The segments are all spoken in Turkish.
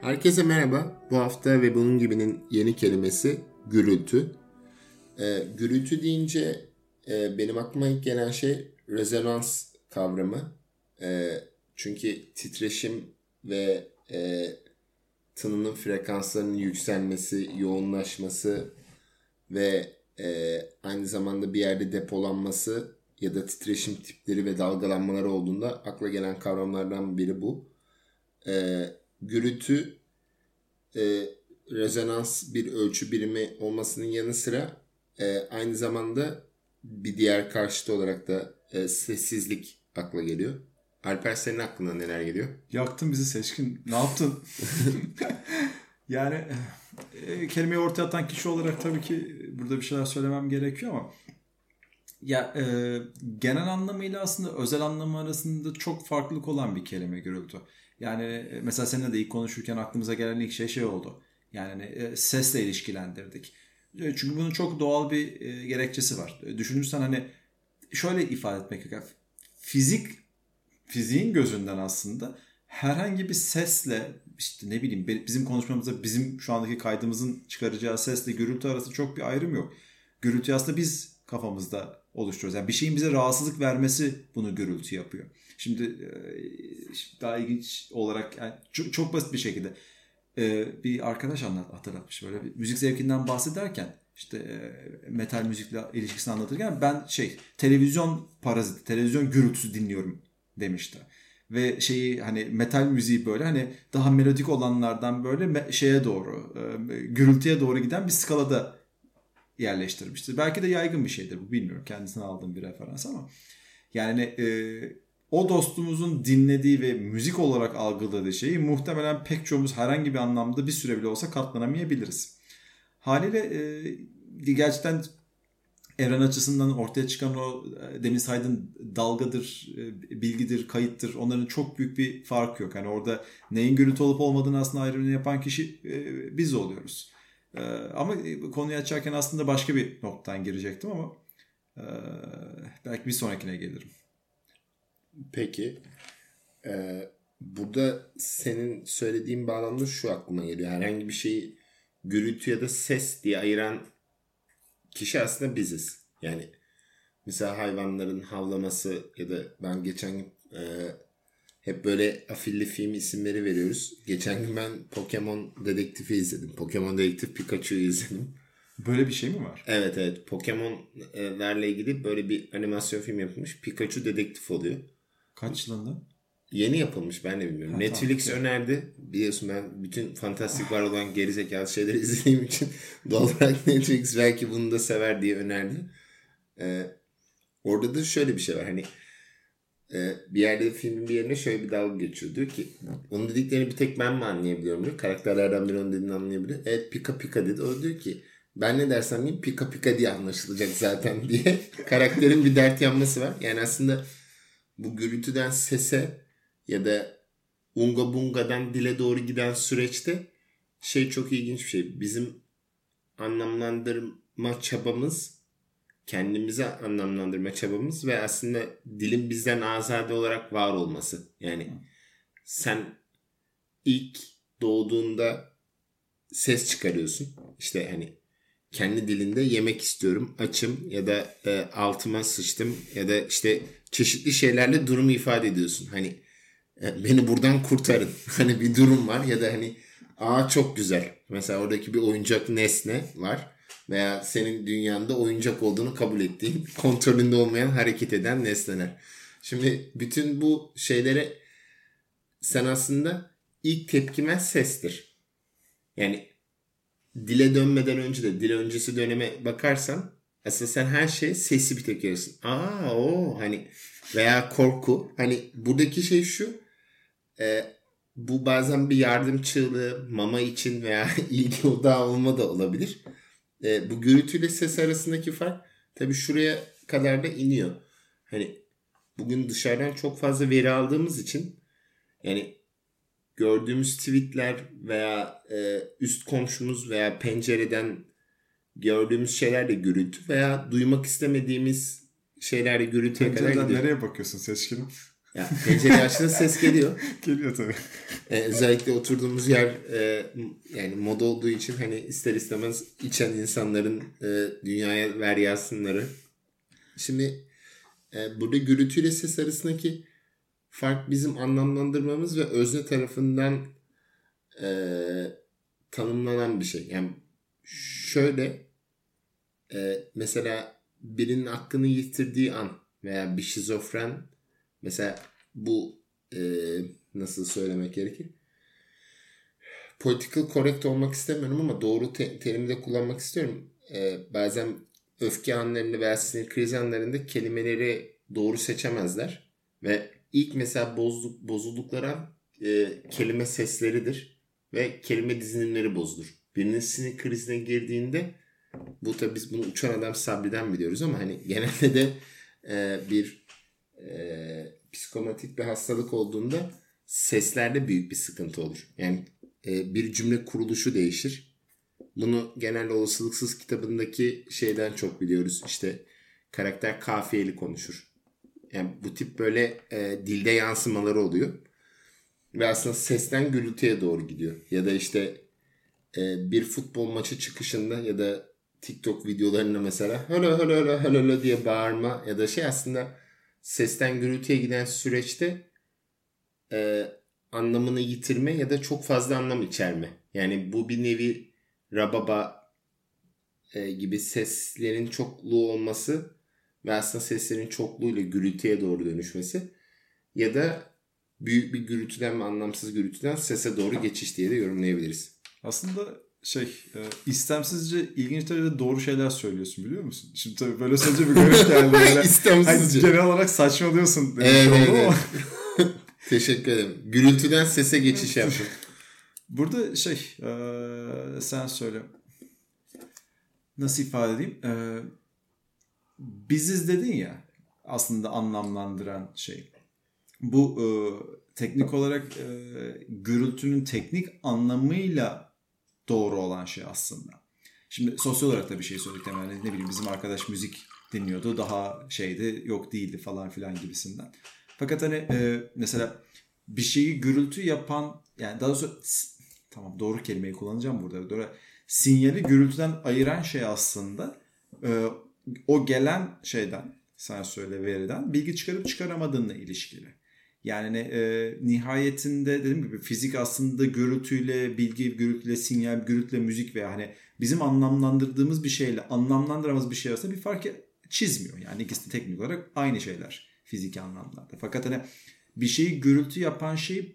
Herkese merhaba. Bu hafta ve bunun gibinin yeni kelimesi gürültü. Gürültü deyince benim aklıma ilk gelen şey rezonans kavramı. Çünkü titreşim ve tınının frekanslarının yükselmesi, yoğunlaşması ve aynı zamanda bir yerde depolanması ya da titreşim tipleri ve dalgalanmaları olduğunda akla gelen kavramlardan biri bu. Gürültü rezonans bir ölçü birimi olmasının yanı sıra aynı zamanda bir diğer karşıtı olarak da sessizlik akla geliyor. Alper, senin aklına neler geliyor? Yaktın bizi Seçkin. Ne yaptın? Yani kelimeyi ortaya atan kişi olarak tabii ki burada bir şeyler söylemem gerekiyor ama ya genel anlamıyla aslında özel anlamı arasında çok farklılık olan bir kelime gürültü. Yani mesela seninle de ilk konuşurken aklımıza gelen ilk şey oldu. Yani sesle ilişkilendirdik. Çünkü bunun çok doğal bir gerekçesi var. Düşünürsen hani şöyle ifade etmek gerekiyor. Fiziğin gözünden aslında herhangi bir sesle işte ne bileyim bizim konuşmamızda bizim şu andaki kaydımızın çıkaracağı sesle gürültü arasında çok bir ayrım yok. Gürültü aslında biz kafamızda oluşturuyoruz. Yani bir şeyin bize rahatsızlık vermesi bunu gürültü yapıyor. Şimdi daha ilginç olarak yani çok basit bir şekilde bir arkadaş hatırlatmış böyle bir müzik zevkinden bahsederken işte metal müzikle ilişkisini anlatırken ben televizyon paraziti, televizyon gürültüsü dinliyorum demişti. Ve hani metal müziği böyle hani daha melodik olanlardan böyle şeye doğru gürültüye doğru giden bir skalada yerleştirmiştir. Belki de yaygın bir şeydir bu, bilmiyorum. Kendisine aldığım bir referans ama yani o dostumuzun dinlediği ve müzik olarak algıladığı şeyi muhtemelen pek çoğumuz herhangi bir anlamda bir süre bile olsa katlanamayabiliriz. Haliyle gerçekten evren açısından ortaya çıkan o demin saydığın dalgadır, bilgidir, kayıttır, onların çok büyük bir farkı yok. Yani orada neyin gürültü olup olmadığını aslında ayrımını yapan kişi biz oluyoruz. Ama konuyu açarken aslında başka bir noktadan girecektim ama belki bir sonrakine gelirim. Peki. Burada senin söylediğin bağlamda şu aklıma geliyor. Herhangi bir şeyi gürültü ya da ses diye ayıran kişi aslında biziz. Yani mesela hayvanların havlaması ya da ben geçen gün hep böyle afilli film isimleri veriyoruz. Geçen gün ben Pokemon Dedektif'i izledim. Pokemon Dedektif Pikachu'yu izledim. Böyle bir şey mi var? Evet. Pokemon'larla ilgili böyle bir animasyon film yapılmış. Pikachu dedektif oluyor. Kaç yılında? Yeni yapılmış, ben de bilmiyorum. Netflix önerdi. Biliyorsun ben bütün fantastik var olan gerizekalı şeyleri izlediğim için doğal olarak Netflix belki bunu da sever diye önerdi. Orada da şöyle bir şey var. Hani bir yerde filmin bir yerine şöyle bir dalga geçiyor. Diyor ki onun dediklerini bir tek ben mi anlayabiliyorum diyor. Karakterlerden biri onun dediğini anlayabiliyor. Evet, pika pika dedi. O diyor ki ben ne dersem diyeyim pika pika diye anlaşılacak zaten diye. Karakterin bir dert yanması var. Yani aslında bu gürültüden sese ya da unga bungadan dile doğru giden süreçte çok ilginç bir şey. Bizim anlamlandırma çabamız, kendimize anlamlandırma çabamız ve aslında dilin bizden azade olarak var olması. Yani sen ilk doğduğunda ses çıkarıyorsun. İşte hani kendi dilinde yemek istiyorum, açım ya da altıma sıçtım ya da işte çeşitli şeylerle durumu ifade ediyorsun. Hani beni buradan kurtarın. Hani bir durum var ya da hani çok güzel. Mesela oradaki bir oyuncak nesne var veya senin dünyanda oyuncak olduğunu kabul ettiğin, kontrolünde olmayan, hareket eden nesneler. Şimdi bütün bu şeylere sen aslında ilk tepkimen sestir. Yani dile dönmeden önce de dil öncesi döneme bakarsan aslında sen her şeye sesli bir tepki verirsin. Hani veya korku. Hani buradaki şey şu. Bu bazen bir yardım çığlığı, mama için veya ilgi odağı olma da olabilir. Bu gürültüyle ses arasındaki fark tabii şuraya kadar da iniyor. Hani bugün dışarıdan çok fazla veri aldığımız için yani gördüğümüz tweetler veya üst komşumuz veya pencereden gördüğümüz şeyler de gürültü veya duymak istemediğimiz şeyler de gürültüye kadar gidiyor. Nereye bakıyorsun Seçkin? Ya pencereyi açtığında ses geliyor. Geliyor tabii. Özellikle oturduğumuz yer yani moda olduğu için hani ister istemez içen insanların dünyaya ver yazsınları. Şimdi burada gürültüyle ses arasındaki fark bizim anlamlandırmamız ve özne tarafından tanımlanan bir şey. Yani şöyle mesela birinin aklını yitirdiği an veya bir şizofren mesela bu nasıl söylemek gerekir? Political correct olmak istemiyorum ama doğru terimi de kullanmak istiyorum. Bazen öfke anlarında veya sinir krizi anlarında kelimeleri doğru seçemezler. Ve ilk mesela bozuldukları an kelime sesleridir. Ve kelime dizilimleri bozulur. Birinin sinir krizine girdiğinde bu tabi biz bunu Uçan Adam Sabri'den biliyoruz ama hani genelde de bir psikomatik bir hastalık olduğunda seslerde büyük bir sıkıntı olur. Yani bir cümle kuruluşu değişir. Bunu genelde Olasılıksız kitabındaki şeyden çok biliyoruz. İşte karakter kafiyeli konuşur. Yani bu tip böyle dilde yansımaları oluyor. Ve aslında sesten gürültüye doğru gidiyor. Ya da işte bir futbol maçı çıkışında ya da TikTok videolarında mesela hölo hölo hölo hölo diye bağırma ya da şey aslında sesten gürültüye giden süreçte anlamını yitirme ya da çok fazla anlam içerme. Yani bu bir nevi rababa gibi seslerin çokluğu olması ve aslında seslerin çokluğuyla gürültüye doğru dönüşmesi ya da büyük bir gürültüden ve anlamsız gürültüden sese doğru geçiş diye de yorumlayabiliriz. Aslında istemsizce ilginç derecede doğru şeyler söylüyorsun biliyor musun? Şimdi tabii böyle söyleyince bir garip geldi. Böyle. İstemsizce. Genel olarak saçmalıyorsun. Evet. Teşekkür ederim. Gürültüden sese geçiş yaptım. Burada sen söyle. Nasıl ifade edeyim? Biziz dedin ya aslında anlamlandıran şey. Bu teknik olarak gürültünün teknik anlamıyla doğru olan şey aslında. Şimdi sosyal olarak da bir şey söyledik temelde. Ne bileyim bizim arkadaş müzik dinliyordu. Daha yok değildi falan filan gibisinden. Fakat hani mesela bir şeyi gürültü yapan yani daha doğrusu tamam doğru kelimeyi kullanacağım burada. Doğru. Sinyali gürültüden ayıran şey aslında o gelen şeyden sen söyle veriden bilgi çıkarıp çıkaramadığınla ilişkili. Yani nihayetinde dediğim gibi fizik aslında gürültüyle, bilgi gürültüyle, sinyal gürültüyle, müzik veya hani bizim anlamlandırdığımız bir şeyle anlamlandıramaz bir şey arasında bir fark çizmiyor. Yani ikisi de teknik olarak aynı şeyler fiziki anlamlarda. Fakat hani bir şeyi gürültü yapan şey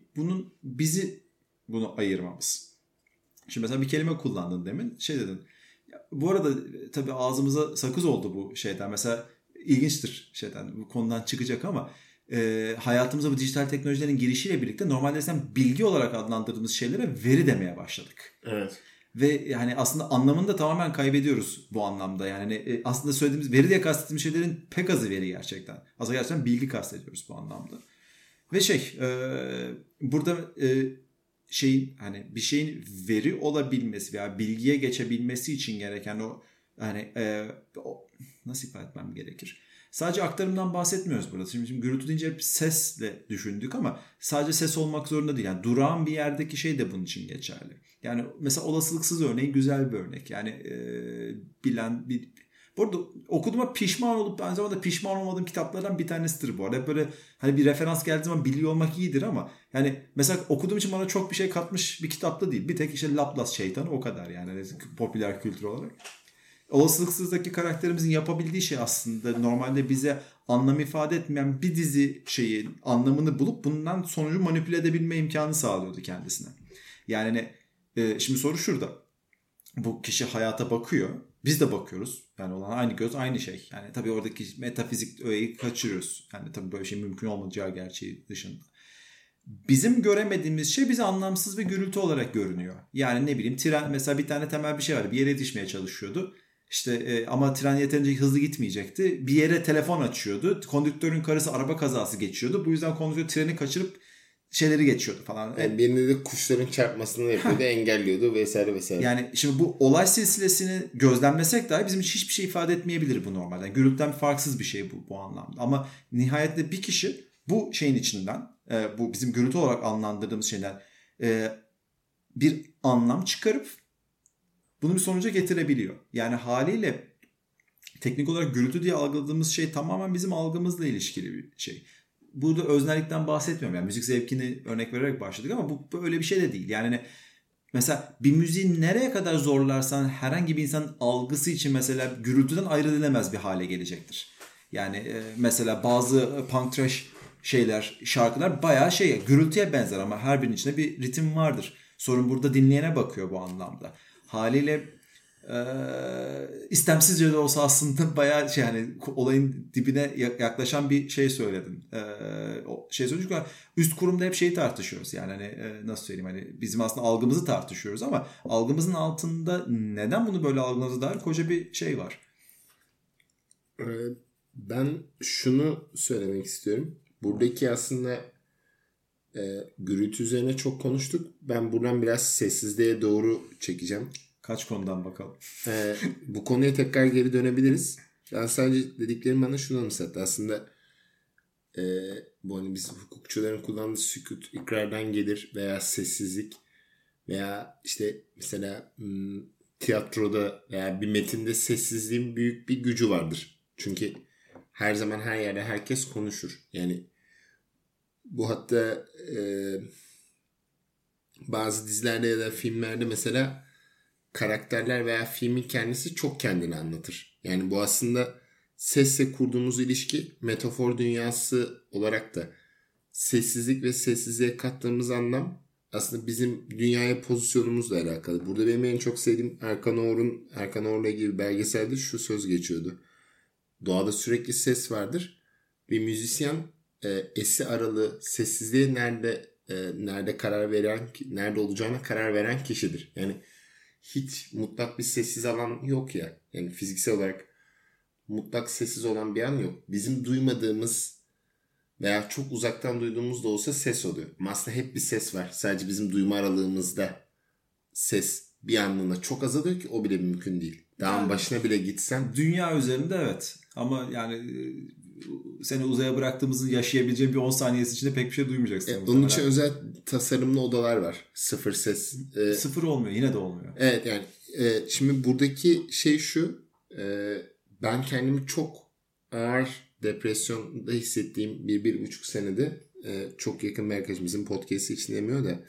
bunu ayırmamız. Şimdi mesela bir kelime kullandın demin dedin. Bu arada tabii ağzımıza sakız oldu bu şeyden. Mesela ilginçtir bu konudan çıkacak ama hayatımıza bu dijital teknolojilerin girişiyle birlikte normalde bilgi olarak adlandırdığımız şeylere veri demeye başladık. Evet. Ve yani aslında anlamını da tamamen kaybediyoruz bu anlamda. Yani aslında söylediğimiz veri diye kastettiğimiz şeylerin pek azı veri gerçekten. Aslında gerçekten bilgi kastediyoruz bu anlamda. Ve burada bir şeyin veri olabilmesi veya bilgiye geçebilmesi için gereken nasıl ifade etmem gerekir? Sadece aktarımdan bahsetmiyoruz burada. Şimdi gürültü deyince hep sesle düşündük ama sadece ses olmak zorunda değil. Yani durağan bir yerdeki şey de bunun için geçerli. Yani mesela olasılıksız örneği güzel bir örnek. Yani bu arada okuduğuma pişman olup aynı zamanda pişman olmadığım kitaplardan bir tanesidir bu arada. Hep böyle hani bir referans geldiği zaman biliyor olmak iyidir ama yani mesela okuduğum için bana çok bir şey katmış bir kitapta değil. Bir tek Laplace şeytanı o kadar yani popüler kültür olarak. Olasılıksızdaki karakterimizin yapabildiği şey aslında normalde bize anlam ifade etmeyen bir dizi şeyin anlamını bulup bundan sonucu manipüle edebilme imkanı sağlıyordu kendisine. Yani şimdi soru şurada. Bu kişi hayata bakıyor. Biz de bakıyoruz. Yani olan aynı göz aynı şey. Yani tabii oradaki metafizik öğeyi kaçırıyoruz. Yani tabii böyle şey mümkün olmayacağı gerçeği dışında. Bizim göremediğimiz şey bize anlamsız ve gürültü olarak görünüyor. Yani ne bileyim tren mesela bir tane temel bir şey var. Bir yere yetişmeye çalışıyordu. Ama tren yeterince hızlı gitmeyecekti. Bir yere telefon açıyordu. Kondüktörün karısı araba kazası geçiyordu. Bu yüzden kondüktör treni kaçırıp şeyleri geçiyordu falan. Yani birinde de kuşların çarpmasını yapıyordu, engelliyordu vesaire vesaire. Yani şimdi bu olay silsilesini gözlemlesek dahi bizim için hiçbir şey ifade etmeyebilir bu normalde. Yani gürültüden farksız bir şey bu anlamda. Ama nihayetinde bir kişi bu şeyin içinden, bu bizim gürültü olarak anlandırdığımız şeyden bir anlam çıkarıp bunu bir sonuca getirebiliyor. Yani haliyle teknik olarak gürültü diye algıladığımız şey tamamen bizim algımızla ilişkili bir şey. Burada öznellikten bahsetmiyorum. Yani müzik zevkini örnek vererek başladık ama bu böyle bir şey de değil. Yani mesela bir müziği nereye kadar zorlarsan herhangi bir insanın algısı için mesela gürültüden ayırt edilemez bir hale gelecektir. Yani mesela bazı punk trash şarkılar bayağı gürültüye benzer ama her birinin içinde bir ritim vardır. Sorun burada dinleyene bakıyor bu anlamda. Haliyle istemsizce de olsa aslında bayağı hani olayın dibine yaklaşan bir şey söyledin. Çünkü üst kurumda hep şeyi tartışıyoruz. Yani hani nasıl söyleyeyim, hani bizim aslında algımızı tartışıyoruz ama algımızın altında neden bunu böyle algıladığımıza dair koca bir şey var. Ben şunu söylemek istiyorum. Buradaki aslında gürültü üzerine çok konuştuk. Ben buradan biraz sessizliğe doğru çekeceğim. Kaç konudan bakalım. Bu konuya tekrar geri dönebiliriz. Ben sadece dediklerim bana şunu anımsattı. Aslında bu hani biz hukukçuların kullandığı sükut ikrardan gelir veya sessizlik veya işte mesela tiyatroda veya bir metinde sessizliğin büyük bir gücü vardır. Çünkü her zaman her yerde herkes konuşur. Yani bu hatta bazı dizilerde ya da filmlerde mesela karakterler veya filmin kendisi çok kendini anlatır. Yani bu aslında sesle kurduğumuz ilişki metafor dünyası olarak da sessizlik ve sessizliğe kattığımız anlam aslında bizim dünyaya pozisyonumuzla alakalı. Burada benim en çok sevdiğim Erkan Oğur'la ilgili bir belgeselde şu söz geçiyordu. Doğada sürekli ses vardır. Bir müzisyen esi aralığı sessizliğe nerede karar veren, nerede olacağına karar veren kişidir. Yani hiç mutlak bir sessiz alan yok ya. Yani fiziksel olarak mutlak sessiz olan bir an yok. Bizim duymadığımız veya çok uzaktan duyduğumuz da olsa ses oluyor. Ama aslında hep bir ses var. Sadece bizim duyma aralığımızda ses bir anlığına çok azalıyor ki o bile mümkün değil. Dağın başına bile gitsen. Dünya üzerinde evet. Ama yani seni uzaya bıraktığımızın yaşayabileceğin bir 10 saniyesi içinde pek bir şey duymayacaksın. Onun için özel tasarımlı odalar var. Sıfır ses. Sıfır olmuyor. Yine de olmuyor. Evet yani şimdi buradaki şey şu. Ben kendimi çok ağır depresyonda hissettiğim bir buçuk senede çok yakın bir arkadaşım bizim podcast'i için demiyor da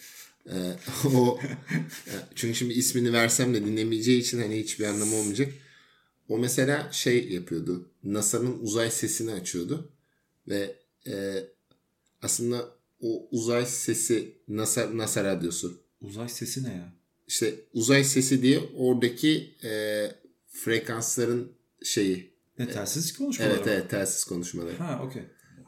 o çünkü şimdi ismini versem de dinlemeyeceği için hani hiçbir anlamı olmayacak. O mesela şey yapıyordu. NASA'nın uzay sesini açıyordu ve aslında o uzay sesi NASA radyosu. Uzay sesi ne ya? İşte uzay sesi diye oradaki frekansların şeyi. Telsiz konuşmaları. Evet telsiz konuşmaları. Ha okey.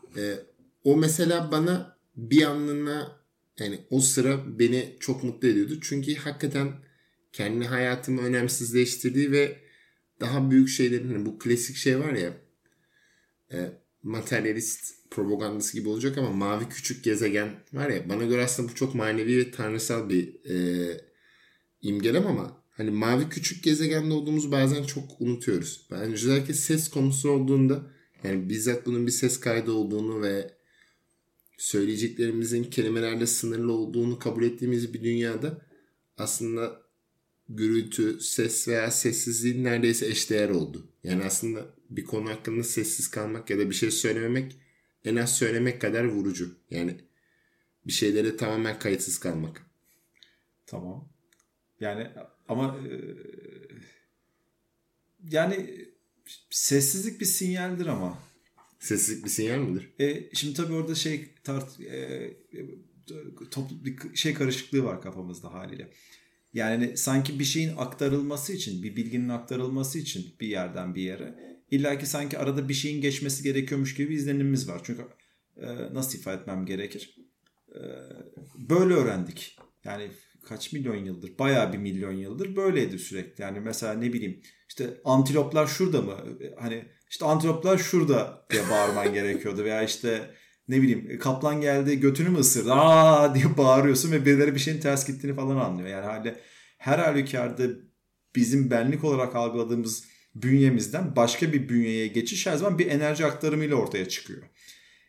O mesela bana bir anlığına yani o sıra beni çok mutlu ediyordu. Çünkü hakikaten kendi hayatımı önemsizleştirdiği ve daha büyük şeylerin hani bu klasik şey var ya materyalist propagandası gibi olacak ama mavi küçük gezegen var ya bana göre aslında bu çok manevi ve tanrısal bir imgelem ama hani mavi küçük gezegende olduğumuzu bazen çok unutuyoruz. Ben özellikle ses konusu olduğunda yani bizzat bunun bir ses kaydı olduğunu ve söyleyeceklerimizin kelimelerle sınırlı olduğunu kabul ettiğimiz bir dünyada aslında gürültü, ses veya sessizliğin neredeyse eşdeğer oldu. Yani aslında bir konu hakkında sessiz kalmak ya da bir şey söylememek en az söylemek kadar vurucu. Yani bir şeylere tamamen kayıtsız kalmak. Tamam. Yani ama yani sessizlik bir sinyaldir ama. Sessizlik bir sinyal midir? Şimdi tabii orada toplu bir şey karışıklığı var kafamızda haliyle. Yani sanki bir şeyin aktarılması için, bir bilginin aktarılması için bir yerden bir yere illaki sanki arada bir şeyin geçmesi gerekiyormuş gibi bir izlenimimiz var. Çünkü nasıl ifade etmem gerekir? Böyle öğrendik. Yani kaç milyon yıldır, bayağı bir milyon yıldır böyleydi sürekli. Yani mesela ne bileyim işte antiloplar şurada mı? Hani işte antiloplar şurada diye bağırman gerekiyordu veya işte ne bileyim kaplan geldi götünü mü ısırdı aa diye bağırıyorsun ve birileri bir şeyin ters gittiğini falan anlıyor. Yani her halükarda bizim benlik olarak algıladığımız bünyemizden başka bir bünyeye geçiş her zaman bir enerji aktarımıyla ortaya çıkıyor.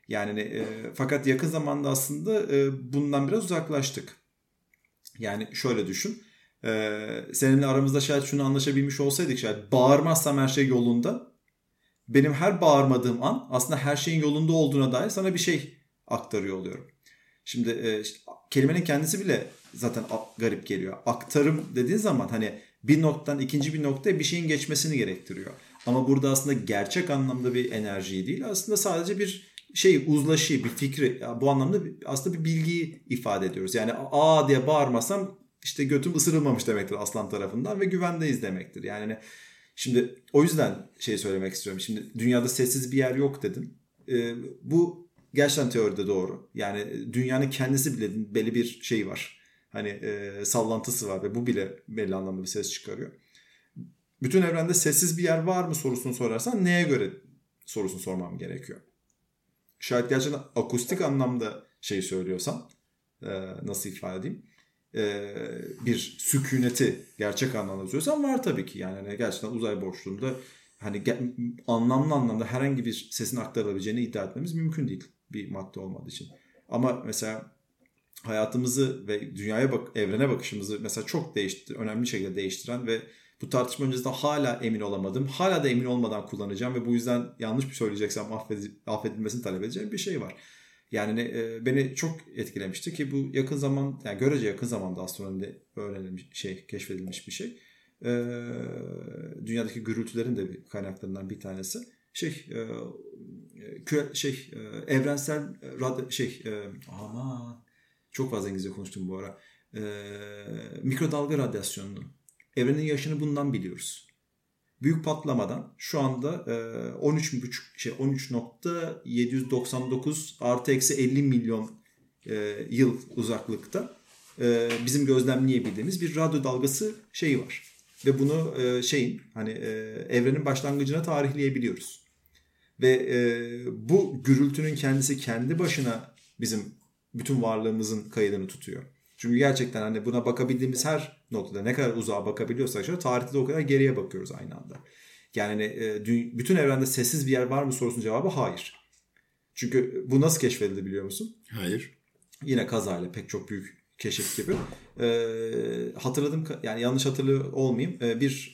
Yani fakat yakın zamanda aslında bundan biraz uzaklaştık. Yani şöyle düşün. Seninle aramızda şayet şunu anlaşabilmiş olsaydık, şayet bağırmazsam her şey yolunda. Benim her bağırmadığım an aslında her şeyin yolunda olduğuna dair sana bir şey aktarıyor oluyorum. Şimdi işte, kelimenin kendisi bile zaten garip geliyor. Aktarım dediğin zaman hani bir noktadan ikinci bir noktaya bir şeyin geçmesini gerektiriyor. Ama burada aslında gerçek anlamda bir enerji değil. Aslında sadece bir uzlaşı, bir fikri. Bu anlamda aslında bir bilgiyi ifade ediyoruz. Yani aa diye bağırmasam işte götüm ısırılmamış demektir aslan tarafından ve güvendeyiz demektir. Yani şimdi o yüzden söylemek istiyorum. Şimdi dünyada sessiz bir yer yok dedim. Bu gerçekten teoride doğru. Yani dünyanın kendisi bile belli bir şey var. Hani sallantısı var ve bu bile belli anlamda bir ses çıkarıyor. Bütün evrende sessiz bir yer var mı sorusunu sorarsan neye göre sorusunu sormam gerekiyor. Şayet gerçekten akustik anlamda söylüyorsam nasıl ifade edeyim? Bir sükuneti gerçek anlamda söylüyorsam var tabii ki. Yani gerçekten uzay boşluğunda hani anlamlı anlamda herhangi bir sesin aktarılabileceğini iddia etmemiz mümkün değil bir madde olmadığı için. Ama mesela hayatımızı ve dünyaya evrene bakışımızı mesela çok önemli şekilde değiştiren ve bu tartışma öncesinde hala emin olamadım. Hala da emin olmadan kullanacağım ve bu yüzden yanlış bir söyleyeceksem affedilmesini talep edeceğim bir şey var. Yani beni çok etkilemişti ki bu yakın zaman, yani görece yakın zamanda astronomide öğrenilmiş keşfedilmiş bir şey. Dünyadaki gürültülerin de kaynaklarından bir tanesi evrensel aman çok fazla İngilizce konuştum bu ara. Mikrodalga radyasyonunu, evrenin yaşını bundan biliyoruz. Büyük patlamadan şu anda 13.799 artı eksi 50 milyon yıl uzaklıkta bizim gözlemleyebildiğimiz bir radyo dalgası var. Ve bunu evrenin başlangıcına tarihleyebiliyoruz. Ve bu gürültünün kendisi kendi başına bizim bütün varlığımızın kaydını tutuyor. Çünkü gerçekten hani buna bakabildiğimiz her noktada ne kadar uzağa bakabiliyorsak tarihte de o kadar geriye bakıyoruz aynı anda. Yani bütün evrende sessiz bir yer var mı sorusunun cevabı hayır. Çünkü bu nasıl keşfedildi biliyor musun? Hayır. Yine kazayla, pek çok büyük keşif gibi. Hatırladım, yani yanlış hatırlıyor olmayayım. Bir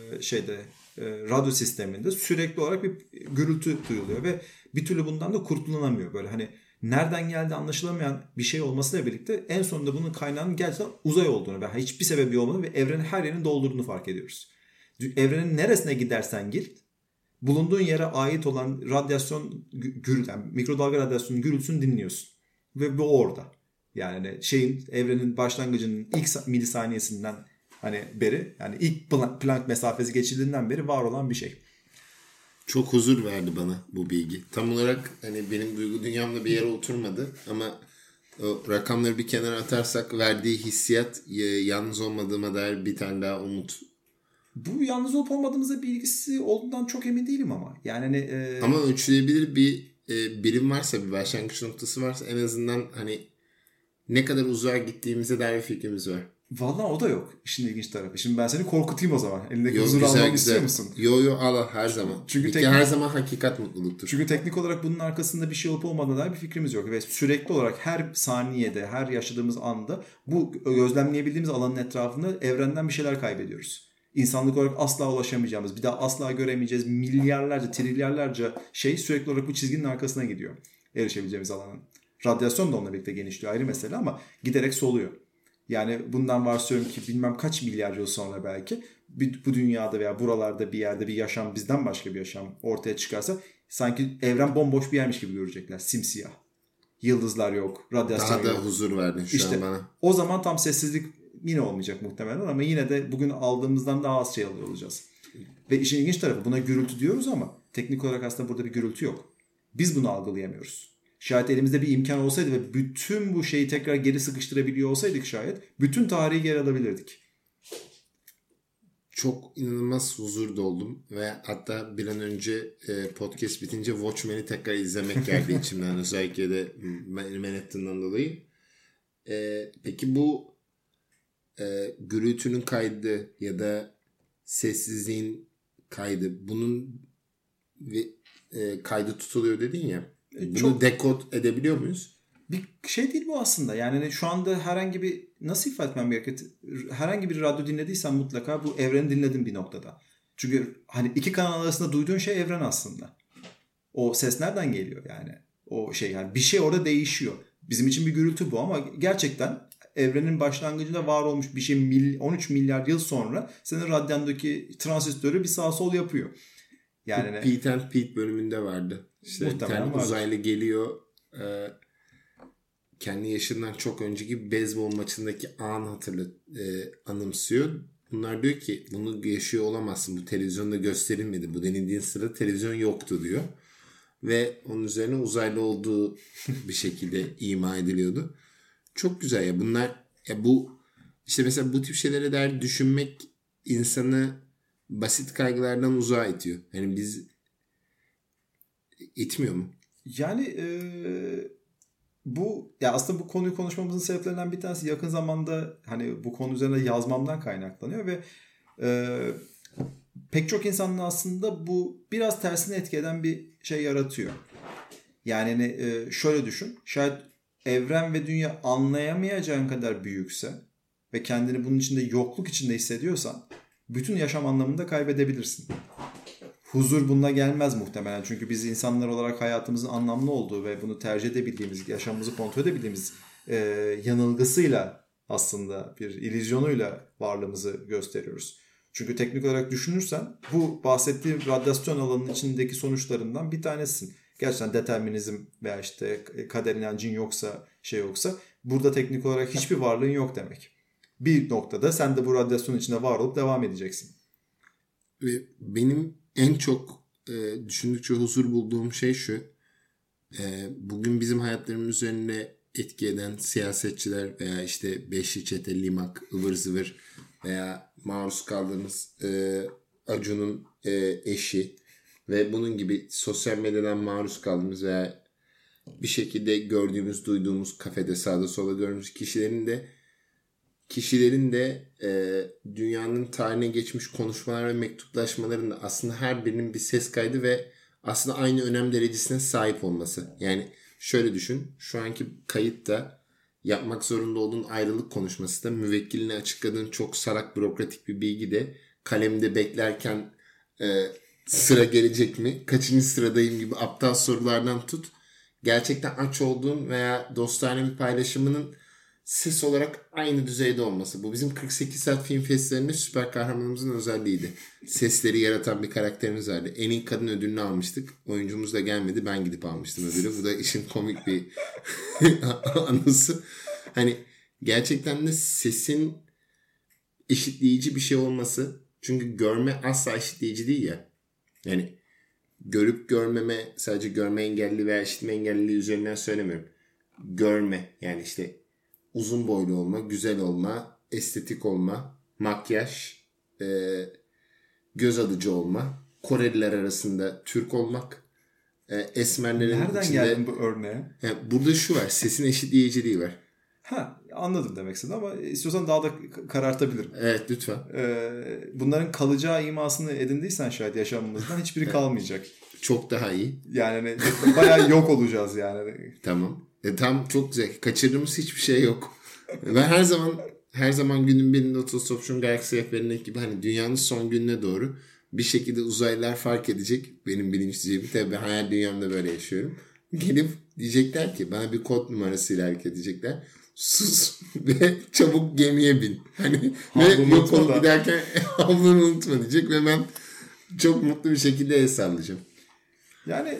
radyo sisteminde sürekli olarak bir gürültü duyuluyor ve bir türlü bundan da kurtulanamıyor. Böyle hani nereden geldi anlaşılamayan bir şey olmasıyla birlikte en sonunda bunun kaynağının gerçekten uzay olduğunu ve hiçbir sebebi olmadığını ve evrenin her yerini doldurduğunu fark ediyoruz. Evrenin neresine gidersen git, bulunduğun yere ait olan radyasyon yani mikrodalga radyasyonun gürültüsünü dinliyorsun. Ve bu orada. Yani evrenin başlangıcının ilk milisaniyesinden beri, yani ilk Planck mesafesi geçildiğinden beri var olan bir şey. Çok huzur verdi bana bu bilgi. Tam olarak benim duygu dünyamda bir yere oturmadı ama o rakamları bir kenara atarsak verdiği hissiyat, yalnız olmadığıma dair bir tane daha umut. Bu yalnız olup olmadığımızda bilgisi olduğundan çok emin değilim ama. Yani ama ölçülebilir bir birim varsa, bir başlangıç noktası varsa en azından ne kadar uzağa gittiğimize dair bir fikrimiz var. Vallahi o da yok. İşin ilginç tarafı. Şimdi ben seni korkutayım o zaman. Elindeki huzuru almamı istiyor musun? Yo al her zaman. Çünkü her zaman hakikat mutluluktur. Çünkü teknik olarak bunun arkasında bir şey olup olmadığına dair bir fikrimiz yok. Ve sürekli olarak her saniyede, her yaşadığımız anda bu gözlemleyebildiğimiz alanın etrafında evrenden bir şeyler kaybediyoruz. İnsanlık olarak asla ulaşamayacağımız, bir daha asla göremeyeceğiz milyarlarca, trilyarlarca sürekli olarak bu çizginin arkasına gidiyor. Erişebileceğimiz alanın. Radyasyon da onunla birlikte genişliyor, ayrı mesele, ama giderek soluyor. Yani bundan varsayıyorum ki bilmem kaç milyar yıl sonra belki bu dünyada veya buralarda bir yerde bir yaşam, bizden başka bir yaşam ortaya çıkarsa sanki evren bomboş bir yermiş gibi görecekler. Simsiyah. Yıldızlar yok, radyasyon yok. Daha da huzur verdin şu an bana. O zaman tam sessizlik yine olmayacak muhtemelen ama yine de bugün aldığımızdan daha az alıyor olacağız. Ve işin ilginç tarafı, buna gürültü diyoruz ama teknik olarak aslında burada bir gürültü yok. Biz bunu algılayamıyoruz. Şayet elimizde bir imkan olsaydı ve bütün bu şeyi tekrar geri sıkıştırabiliyor olsaydık şayet bütün tarihi geri alabilirdik. Çok inanılmaz huzur doldum ve hatta bir an önce podcast bitince Watchmen'i tekrar izlemek geldi içimden, özellikle de Manhattan'dan dolayı. Peki bu gürültünün kaydı ya da sessizliğin kaydı, bunun kaydı tutuluyor dedin ya. Bunu Çok dekod edebiliyor muyuz? bir şey değil bu aslında. Yani şu anda herhangi bir, nasıl ifade etmem gerekir? Herhangi bir radyo dinlediysen mutlaka bu evreni dinledin bir noktada. Çünkü hani iki kanal arasında duyduğun şey evren aslında. O ses nereden geliyor yani? O şey, yani bir şey orada değişiyor. Bizim için bir gürültü bu ama gerçekten evrenin başlangıcında var olmuş bir şey 13 milyar yıl sonra senin radyondaki transistörü bir sağ sol yapıyor. Yani ne? Pete and Pete bölümünde vardı. İşte bir Muhtemelen tane vardır. uzaylı geliyor. Kendi yaşından çok önceki bir beyzbol maçındaki anımsıyor. Bunlar diyor ki bunu yaşıyor olamazsın. Bu televizyonda gösterilmedi. Bu denildiğin sırada televizyon yoktu diyor. Ve onun üzerine uzaylı olduğu bir şekilde ima ediliyordu. Çok güzel ya. Bunlar ya, bu işte mesela bu tip şeylere dair düşünmek insanı basit kaygılardan uzağa itiyor. Yani biz itmiyor mu? Yani bu ya aslında bu konuyu konuşmamızın sebeplerinden bir tanesi yakın zamanda hani bu konu üzerine yazmamdan kaynaklanıyor ve pek çok insanın aslında bu biraz tersine etki eden bir şey yaratıyor. Yani hani, şöyle düşün. Şayet evren ve dünya anlayamayacağın kadar büyükse ve kendini bunun içinde yokluk içinde hissediyorsan bütün yaşam anlamını da kaybedebilirsin. Huzur bununla gelmez muhtemelen. Çünkü biz insanlar olarak hayatımızın anlamlı olduğu ve bunu tercih edebildiğimiz, yaşamımızı kontrol edebildiğimiz yanılgısıyla aslında bir illüzyonuyla varlığımızı gösteriyoruz. Çünkü teknik olarak düşünürsen bu bahsettiğim radyasyon alanının içindeki sonuçlarından bir tanesisin. Gerçekten determinizm veya işte kader inancın yoksa, şey yoksa burada teknik olarak hiçbir varlığın yok demek. Bir noktada sen de bu radyasyon içinde var olup devam edeceksin. Ve benim en çok düşündükçe huzur bulduğum şey şu. Bugün bizim hayatlarımız üzerine etki eden siyasetçiler veya işte Beşli Çete, Limak, ıvır zıvır veya maruz kaldığımız Acun'un eşi ve bunun gibi sosyal medyadan maruz kaldığımız veya bir şekilde gördüğümüz, duyduğumuz, kafede sağda sola gördüğümüz kişilerin de dünyanın tarihine geçmiş konuşmalar ve mektuplaşmaların da aslında her birinin bir ses kaydı ve aslında aynı önem derecesine sahip olması. Yani şöyle düşün, şu anki kayıtta yapmak zorunda olduğun ayrılık konuşması da müvekkiline açıkladığın çok salak bürokratik bir bilgi de kalemde beklerken sıra gelecek mi? Kaçıncı sıradayım gibi aptal sorulardan tut. Gerçekten aç olduğun veya dostane bir paylaşımının ses olarak aynı düzeyde olması. Bu bizim 48 saat film festivalinde süper kahramanımızın özelliğiydi. Sesleri yaratan bir karakterimiz vardı. En iyi kadın ödülünü almıştık. Oyuncumuz da gelmedi. Ben gidip almıştım ödülü. Bu da işin komik bir anısı. Hani gerçekten de sesin eşitleyici bir şey olması. Çünkü görme asla eşitleyici değil ya. Yani görüp görmeme sadece görme engelli veya işitme engelliliği üzerinden söylemiyorum. Görme yani işte uzun boylu olma, güzel olma, estetik olma, makyaj, göz alıcı olma, Koreliler arasında Türk olmak, esmerlerin Nereden içinde... geldin bu örneğe? Yani burada şu var, sesin eşitleyiciliği var. Ha, anladım demek istedim ama istiyorsan daha da karartabilirim. Evet, lütfen. Bunların kalacağı imasını edindiysen şayet yaşamımızdan hiçbiri kalmayacak. Çok daha iyi. Yani bayağı yok olacağız yani. Tamam. Tam çok güzel. Kaçırdığımız hiçbir şey yok. Ben her zaman günün birinde Otostopçu'nun Galaksi Rehberi'ndeki gibi hani dünyanın son gününe doğru bir şekilde uzaylılar fark edecek. Benim bilinç düzeyimi tabii hayal dünyamda böyle yaşıyorum. Gelip diyecekler ki bana bir kod numarasıyla hareket edecekler. Sus ve çabuk gemiye bin. Hani ve yok olup giderken havlunu unutma diyecek ve ben çok mutlu bir şekilde el sallayacağım. Yani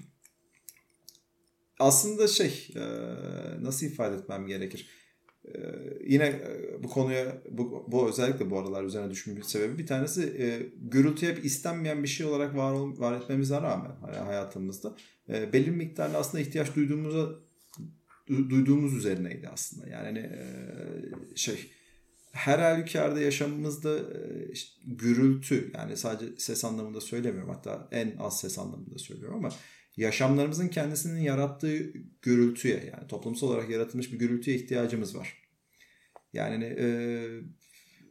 aslında nasıl ifade etmem gerekir? Yine bu konuya bu özellikle bu aralar üzerine düşünmemin sebebi bir tanesi gürültü hep istenmeyen bir şey olarak var etmemize rağmen hayatımızda belli bir miktarda aslında ihtiyaç duyduğumuz üzerineydi aslında. Yani her halükarda yaşamımızda işte gürültü, yani sadece ses anlamında söylemiyorum, hatta en az ses anlamında söylüyorum ama yaşamlarımızın kendisinin yarattığı gürültüye, yani toplumsal olarak yaratılmış bir gürültüye ihtiyacımız var. Yani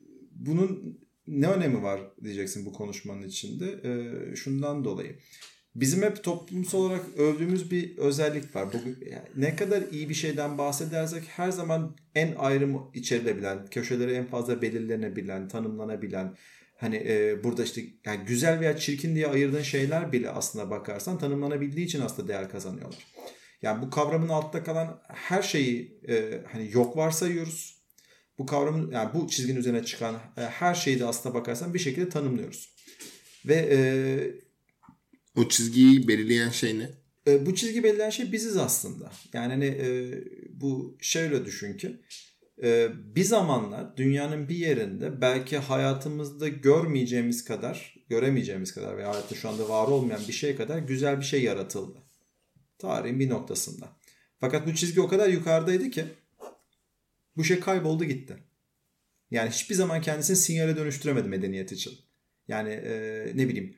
bunun ne önemi var diyeceksin bu konuşmanın içinde. Şundan dolayı. bizim hep toplumsal olarak övdüğümüz bir özellik var. Bugün yani ne kadar iyi bir şeyden bahsedersek her zaman en ayrım içerilebilen, köşeleri en fazla belirlenebilen, tanımlanabilen, hani burada işte yani güzel veya çirkin diye ayırdığın şeyler bile aslına bakarsan tanımlanabildiği için aslında değer kazanıyorlar. Yani bu kavramın altında kalan her şeyi hani yok varsayıyoruz. Bu kavramın yani bu çizginin üzerine çıkan her şeyi de aslına bakarsan bir şekilde tanımlıyoruz. Ve o çizgiyi belirleyen şey ne? Bu çizgi belirleyen şey biziz aslında. Yani hani bu şöyle düşün ki bir zamanlar dünyanın bir yerinde belki hayatımızda göremeyeceğimiz kadar veya hayatta şu anda var olmayan bir şey kadar güzel bir şey yaratıldı. Tarihin bir noktasında. Fakat bu çizgi o kadar yukarıdaydı ki bu şey kayboldu gitti. Yani hiçbir zaman kendisini sinyale dönüştüremedi medeniyet için. Yani ne bileyim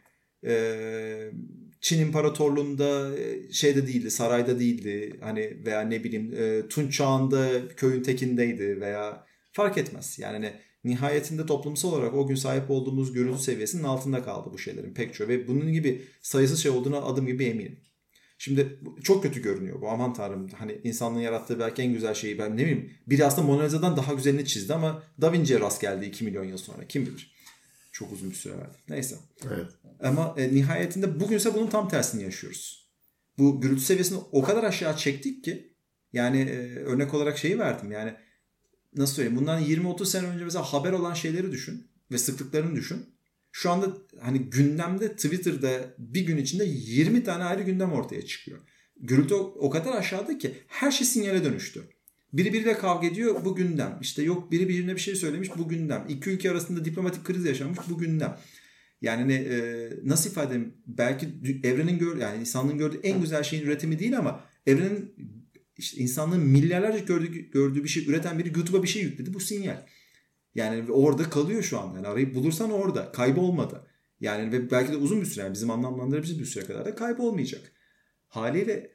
Çin İmparatorluğu'nda şeyde değildi, sarayda değildi. Hani veya ne bileyim Tunç çağında köyün tekindeydi veya fark etmez. Yani hani nihayetinde toplumsal olarak o gün sahip olduğumuz gürültü seviyesinin altında kaldı bu şeylerin pek çoğu ve bunun gibi sayısız şey olduğuna adım gibi eminim. Şimdi çok kötü görünüyor bu, aman tanrım, hani insanlığın yarattığı belki en güzel şeyi, ben ne bileyim, biri aslında Mona Lisa'dan daha güzelini çizdi ama Da Vinci'ye rast geldi 2 milyon yıl sonra, kim bilir. Çok uzun bir süre verdi. Neyse. Evet. Ama nihayetinde bugünse bunun tam tersini yaşıyoruz. Bu gürültü seviyesini o kadar aşağı çektik ki yani örnek olarak şeyi verdim, yani nasıl söyleyeyim, bundan 20-30 sene önce mesela haber olan şeyleri düşün ve sıklıklarını düşün. Şu anda hani gündemde Twitter'da bir gün içinde 20 tane ayrı gündem ortaya çıkıyor. Gürültü o kadar aşağıda ki her şey sinyale dönüştü. Biri biriyle kavga ediyor, bu gündem. İşte yok biri birine bir şey söylemiş, bu gündem. İki ülke arasında diplomatik kriz yaşanmış, bu gündem. Yani nasıl ifade edeyim? Belki evrenin yani insanlığın gördüğü en güzel şeyin üretimi değil ama evrenin işte insanlığın milyarlarca gördüğü bir şey üreten biri YouTube'a bir şey yükledi. Bu sinyal. Yani orada kalıyor şu an. Yani arayıp bulursan orada. Kaybolmadı. Yani ve belki de uzun bir süre, yani bizim anlamlandırabileceğimiz bir süre kadar da kaybolmayacak. Haliyle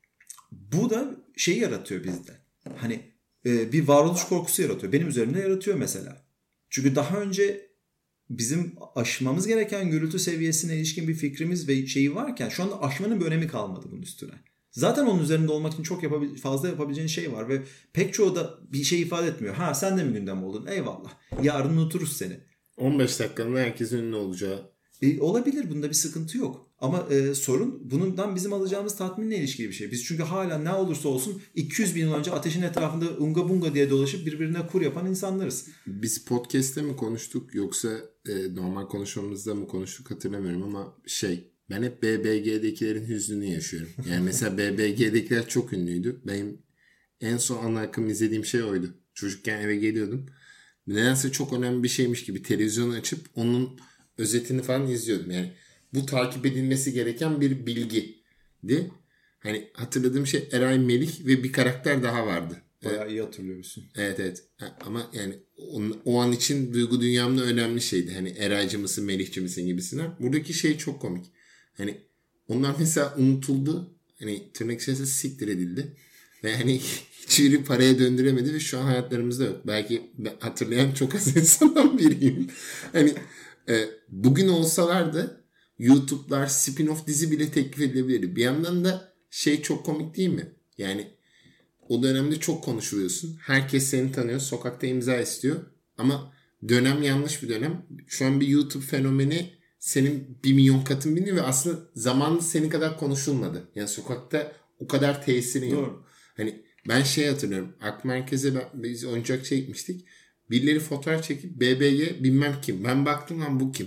bu da şeyi yaratıyor bizde. Hani bir varoluş korkusu yaratıyor. Benim üzerimde yaratıyor mesela. Çünkü daha önce bizim aşmamız gereken gürültü seviyesine ilişkin bir fikrimiz ve şeyi varken şu anda aşmanın bir önemi kalmadı bunun üstüne. Zaten onun üzerinde olmak için çok fazla yapabileceğin şey var ve pek çoğu da bir şey ifade etmiyor. Ha sen de mi gündem oldun? Eyvallah. Yarın unuturuz seni. 15 dakikanın herkesin ünlü olacağı. Olabilir, bunda bir sıkıntı yok. Ama sorun bundan bizim alacağımız tatminle ilişkili bir şey. Biz çünkü hala ne olursa olsun 200 bin yıl önce ateşin etrafında unga bunga diye dolaşıp birbirine kur yapan insanlarız. Biz podcast'te mi konuştuk yoksa normal konuşmamızda mı konuştuk hatırlamıyorum ama ben hep BBG'dekilerin hüznünü yaşıyorum. Yani mesela BBG'dekiler çok ünlüydü. Benim en son ana akım izlediğim şey oydu. Çocukken eve geliyordum. Nedense çok önemli bir şeymiş gibi televizyonu açıp onun özetini falan izliyordum. Yani bu takip edilmesi gereken bir bilgiydi. Hani hatırladığım şey Eray Melih ve bir karakter daha vardı. Bayağı iyi hatırlıyorsun. Evet. Ama yani o an için duygu dünyamda önemli şeydi. Hani Eraycı mısın, Melihçi misin gibisinden. Buradaki şey çok komik. Hani onlar mesela unutuldu. Hani tırnak içerisinde siktir edildi. Ve hani hiçbiri paraya döndüremedi ve şu an hayatlarımızda yok. Belki hatırlayan çok az insandan biriyim. Hani bugün olsalardı YouTube'lar spin-off dizi bile teklif edilebilirdi. Bir yandan da çok komik değil mi? Yani o dönemde çok konuşuluyorsun. Herkes seni tanıyor. Sokakta imza istiyor. Ama dönem yanlış bir dönem. Şu an bir YouTube fenomeni senin 1 milyon katın biniyor ve aslında zamanında senin kadar konuşulmadı. Yani sokakta o kadar tesirin yok. Doğru. Hani ben hatırlıyorum. Ak Merkez'e biz oyuncak gitmiştik. Birileri fotoğraf çekip BBG bilmem kim. Ben baktım lan bu kim?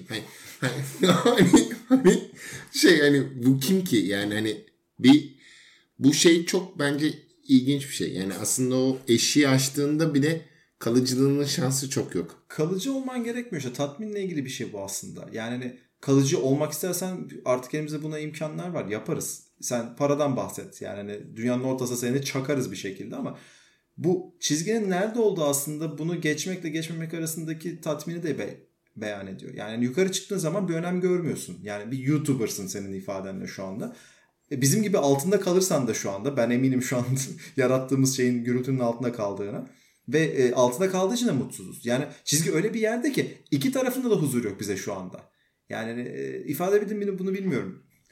Hani bu kim ki? Yani hani bu çok bence ilginç bir şey. Yani aslında o eşiği açtığında bile kalıcılığının şansı çok yok. Kalıcı olman gerekmiyor işte. Tatminle ilgili bir şey bu aslında. Yani hani kalıcı olmak istersen artık elimizde buna imkanlar var. Yaparız. Sen paradan bahset. Yani hani dünyanın ortasına seni çakarız bir şekilde ama bu çizginin nerede olduğu aslında bunu geçmekle geçmemek arasındaki tatmini de beyan ediyor. Yani yukarı çıktığın zaman bir önem görmüyorsun. Yani bir YouTuber'sın senin ifadenle şu anda. Bizim gibi altında kalırsan da şu anda, ben eminim şu an yarattığımız şeyin gürültünün altında kaldığına ve altında kaldığı için de mutsuzuz. Yani çizgi öyle bir yerde ki iki tarafında da huzur yok bize şu anda. Yani ifade edebildim mi bunu bilmiyorum.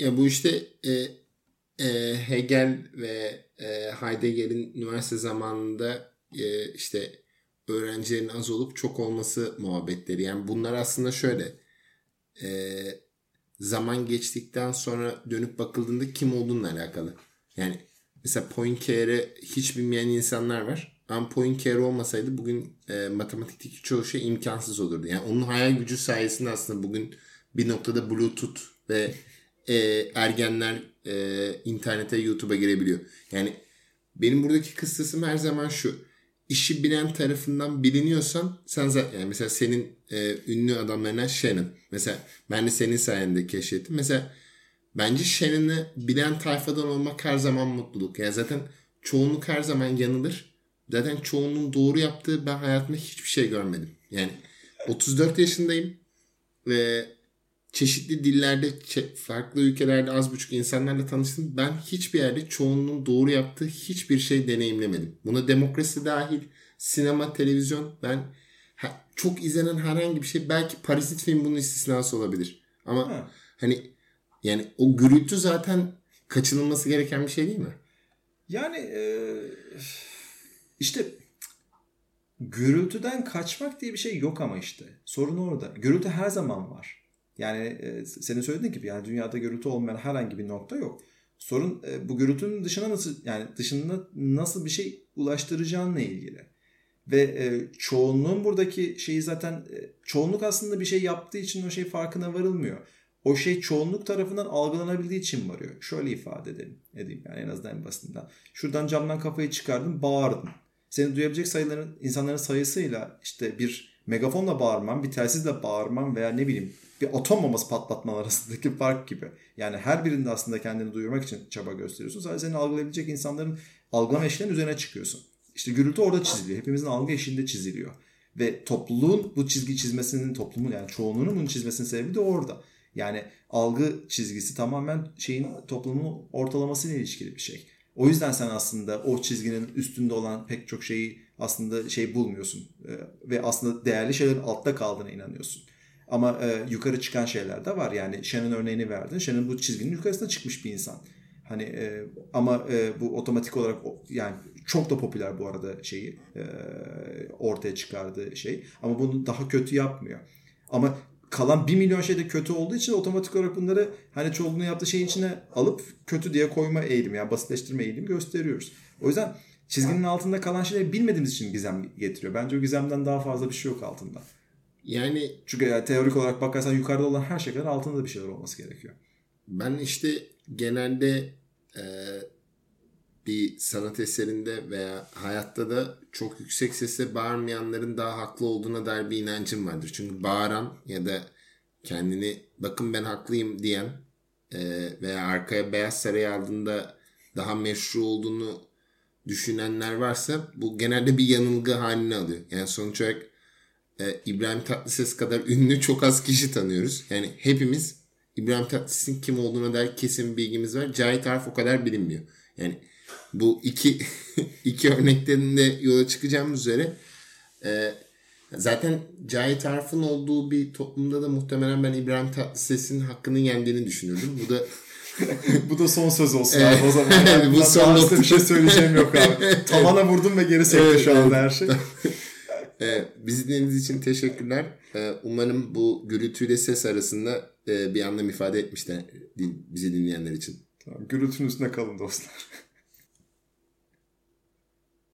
Ya bu işte Hegel ve Heidegger'in üniversite zamanında işte öğrencilerin az olup çok olması muhabbetleri. Yani bunlar aslında şöyle, e, zaman geçtikten sonra dönüp bakıldığında kim olduğunla alakalı. Yani mesela Poincaré'ı hiç bilmeyen insanlar var. Ama Poincaré olmasaydı bugün matematikteki çoğu şey imkansız olurdu. Yani onun hayal gücü sayesinde aslında bugün bir noktada Bluetooth ve ergenler internete, YouTube'a girebiliyor. Yani benim buradaki kıstasım her zaman şu: İşi bilen tarafından biliniyorsan sen zaten, yani mesela senin ünlü adamlarından Shannon. Mesela ben de senin sayende keşfettim. Mesela bence Shannon'ı bilen tayfadan olmak her zaman mutluluk. Yani zaten çoğunluk her zaman yanılır. Zaten çoğunluğun doğru yaptığı ben hayatımda hiçbir şey görmedim. Yani 34 yaşındayım ve çeşitli dillerde, farklı ülkelerde az buçuk insanlarla tanıştım. Ben hiçbir yerde çoğunluğun doğru yaptığı hiçbir şey deneyimlemedim. Buna demokrasi dahil, sinema, televizyon, ben çok izlenen herhangi bir şey, belki Parazit film bunun istisnası olabilir. Ama hani yani o gürültü zaten kaçınılması gereken bir şey değil mi? Yani işte gürültüden kaçmak diye bir şey yok ama işte. Sorun orada. Gürültü her zaman var. Yani senin söylediğin gibi yani dünyada gürültü olmayan herhangi bir nokta yok. Sorun bu gürültünün dışına dışında nasıl bir şey ulaştıracağınla ilgili. Ve çoğunluğun buradaki şeyi zaten çoğunluk aslında bir şey yaptığı için o şey farkına varılmıyor. O şey çoğunluk tarafından algılanabildiği için varıyor. Şöyle ifade edeyim yani en azından en basitinden. Şuradan camdan kafayı çıkardın, bağırdın. Seni duyabilecek insanların sayısıyla işte bir megafonla bağırman, bir telsizle bağırman veya ne bileyim bir atom bombası patlatman arasındaki fark gibi. Yani her birinde aslında kendini duyurmak için çaba gösteriyorsun. Sadece seni algılayabilecek insanların algılama eşiğinin üzerine çıkıyorsun. İşte gürültü orada çiziliyor. Hepimizin algı eşiğinde çiziliyor. Ve topluluğun bu çizgi çizmesinin, toplumun yani çoğunluğunun bunu çizmesinin sebebi de orada. Yani algı çizgisi tamamen toplumun ortalamasıyla ilişkili bir şey. O yüzden sen aslında o çizginin üstünde olan pek çok şeyi aslında bulmuyorsun. Ve aslında değerli şeylerin altta kaldığına inanıyorsun. Ama yukarı çıkan şeyler de var. Yani Shannon örneğini verdin. Shannon bu çizginin yukarısına çıkmış bir insan. Hani ama bu otomatik olarak yani çok da popüler bu arada ortaya çıkardığı şey. Ama bunu daha kötü yapmıyor. Ama kalan 1 milyon şey de kötü olduğu için otomatik olarak bunları hani çoğunluğun yaptığı şeyin içine alıp kötü diye koyma eğilimi, yani basitleştirme eğilimi gösteriyoruz. O yüzden çizginin altında kalan şeyleri bilmediğimiz için gizem getiriyor. Bence o gizemden daha fazla bir şey yok altında. Yani çünkü yani teorik olarak bakarsan yukarıda olan her şeyden altında da bir şeyler olması gerekiyor. Ben işte genelde bir sanat eserinde veya hayatta da çok yüksek sesle bağırmayanların daha haklı olduğuna dair bir inancım vardır. Çünkü bağıran ya da kendini bakın ben haklıyım diyen veya arkaya Beyaz Saray'ı aldığında daha meşru olduğunu düşünenler varsa bu genelde bir yanılgı halini alıyor. Yani sonuç olarak İbrahim Tatlıses kadar ünlü çok az kişi tanıyoruz. Yani hepimiz İbrahim Tatlıses'in kim olduğuna dair kesin bir bilgimiz var. Cahit Arif o kadar bilinmiyor. Yani bu iki örnekten de yola çıkacağımız üzere zaten Cahit Arif'in olduğu bir toplumda da muhtemelen ben İbrahim Tatlıses'in hakkını yendiğini düşünürdüm. Bu da bu da son söz olsun abi o zaman. Yani bu son nokta bir şey söyleyeceğim yok abi. Tavana vurdum ve geri sekti şu anda her şey. Bizi dinlediğiniz için teşekkürler. Umarım bu gürültüyle ses arasında bir anlam ifade etmişler bizi dinleyenler için. Tamam, gürültünün üstüne kalın dostlar.